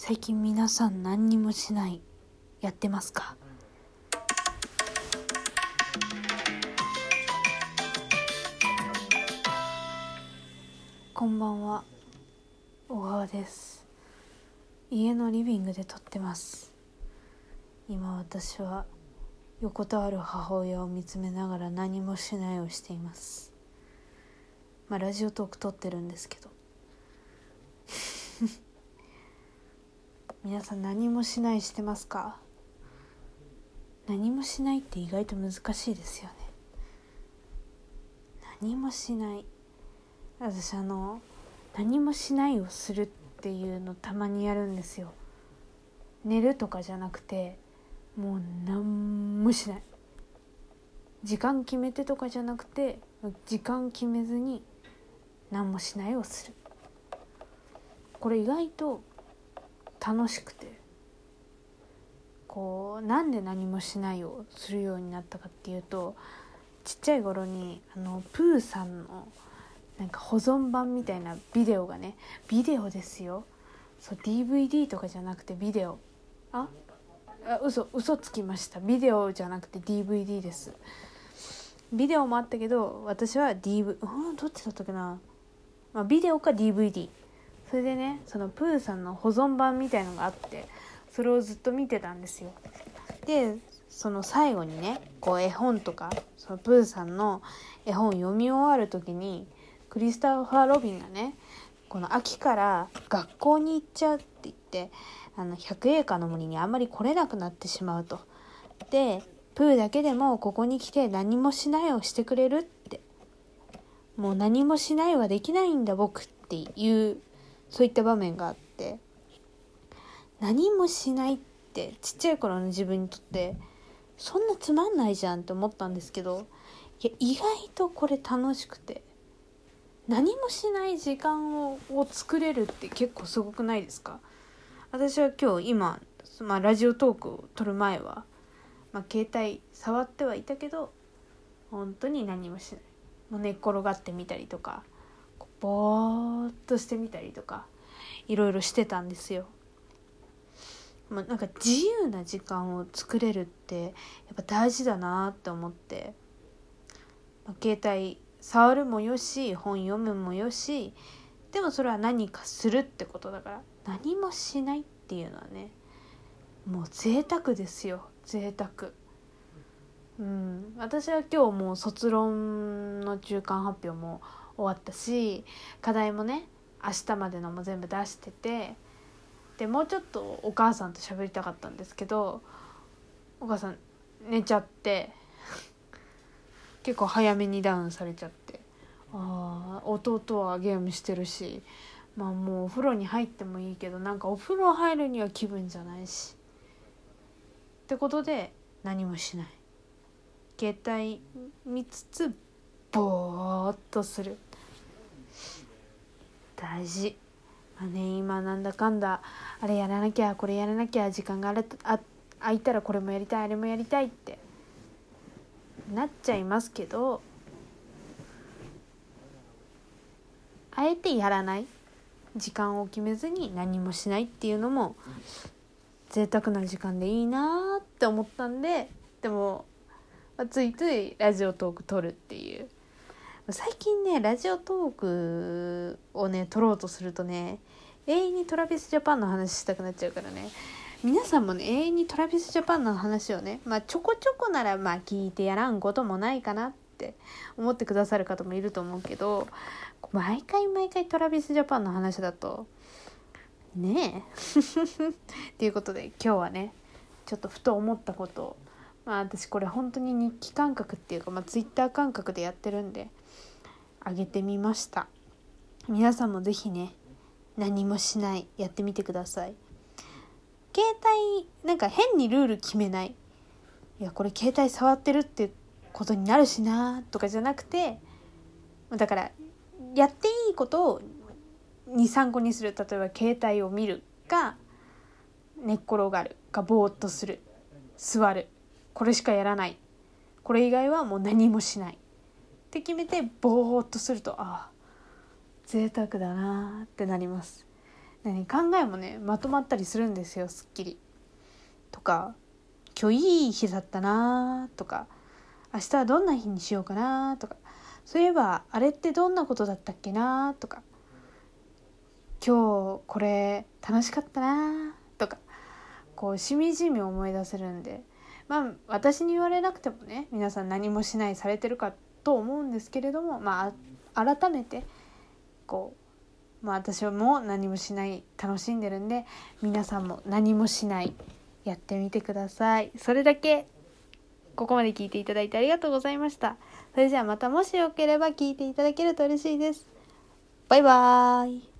最近皆さん何にもしないやってますか？こんばんは、小川です。家のリビングで撮ってます。今私は横たわる母親を見つめながら何もしないをしています。ラジオトーク撮ってるんですけど皆さん何もしないしてますか？何もしないって意外と難しいですよね。何もしない。私何もしないをするっていうのたまにやるんですよ。寝るとかじゃなくて、もう何もしない。時間決めてとかじゃなくて、時間決めずに何もしないをする。これ意外と楽しくて、なんで何もしないをするようになったかっていうと、ちっちゃい頃にプーさんの保存版みたいなビデオがね、ビデオですよ。そう DVD とかじゃなくてビデオ。嘘つきました。ビデオじゃなくて DVD です。ビデオもあったけど、私はどっちだったっけな、ビデオか DVD。それでね、そのプーさんの保存版みたいのがあって、それをずっと見てたんですよ。でその最後にね、絵本とか、そのプーさんの絵本読み終わる時に、クリストファー・ロビンがね、この秋から学校に行っちゃうって言って、100エーカーの森にあんまり来れなくなってしまうと。でプーだけでもここに来て何もしないをしてくれるって、もう何もしないはできないんだ僕っていう、そういった場面があって、何もしないってちっちゃい頃の自分にとってそんなつまんないじゃんって思ったんですけど、いや意外とこれ楽しくて、何もしない時間を作れるって結構すごくないですか？私は今、ラジオトークを撮る前は、携帯触ってはいたけど、本当に何もしない。もう寝っ転がってみたりとか、ぼーっとしてみたりとか、いろいろしてたんですよ。自由な時間を作れるってやっぱ大事だなって思って、携帯触るもよし、本読むもよし、でもそれは何かするってことだから、何もしないっていうのはね、もう贅沢ですよ、贅沢。私は今日もう卒論の中間発表も終わったし、課題もね明日までのも全部出してて、でもうちょっとお母さんと喋りたかったんですけど、お母さん寝ちゃって結構早めにダウンされちゃって、弟はゲームしてるし、もうお風呂に入ってもいいけど、お風呂入るには気分じゃないしってことで何もしない。携帯見つつぼーっとする。大事。今なんだかんだあれやらなきゃこれやらなきゃ、時間が空いたらこれもやりたいあれもやりたいってなっちゃいますけど、あえてやらない、時間を決めずに何もしないっていうのも贅沢な時間でいいなって思ったんで、でもついついラジオトーク撮るっていう。最近ね、ラジオトークをね撮ろうとするとね、永遠にトラビスジャパンの話したくなっちゃうからね、皆さんもね永遠にトラビスジャパンの話をね、ちょこちょこなら聞いてやらんこともないかなって思ってくださる方もいると思うけど、毎回トラビスジャパンの話だとねえっていうことで、今日はねちょっとふと思ったことを、私これ本当に日記感覚っていうか、ツイッター感覚でやってるんであげてみました。皆さんもぜひね、何もしないやってみてください。携帯変にルール決めない。いやこれ携帯触ってるってことになるしなとかじゃなくて、だからやっていいことを 2,3 個にする。例えば携帯を見るか、寝っ転がるか、ぼーっとする、座る、これしかやらない、これ以外はもう何もしないって決めてぼーっとすると、贅沢だなってなります。 考えもねまとまったりするんですよ、すっきりとか、今日いい日だったなとか、明日はどんな日にしようかなとか、そういえばあれってどんなことだったっけなとか、今日これ楽しかったなとか、こうしみじみ思い出せるんで、私に言われなくてもね、皆さん何もしないされてるかと思うんですけれども、改めてこう、私も何もしない楽しんでるんで、皆さんも何もしないやってみてください。それだけ。ここまで聞いていただいてありがとうございました。それじゃあまた、もしよければ聞いていただけると嬉しいです。バイバーイ。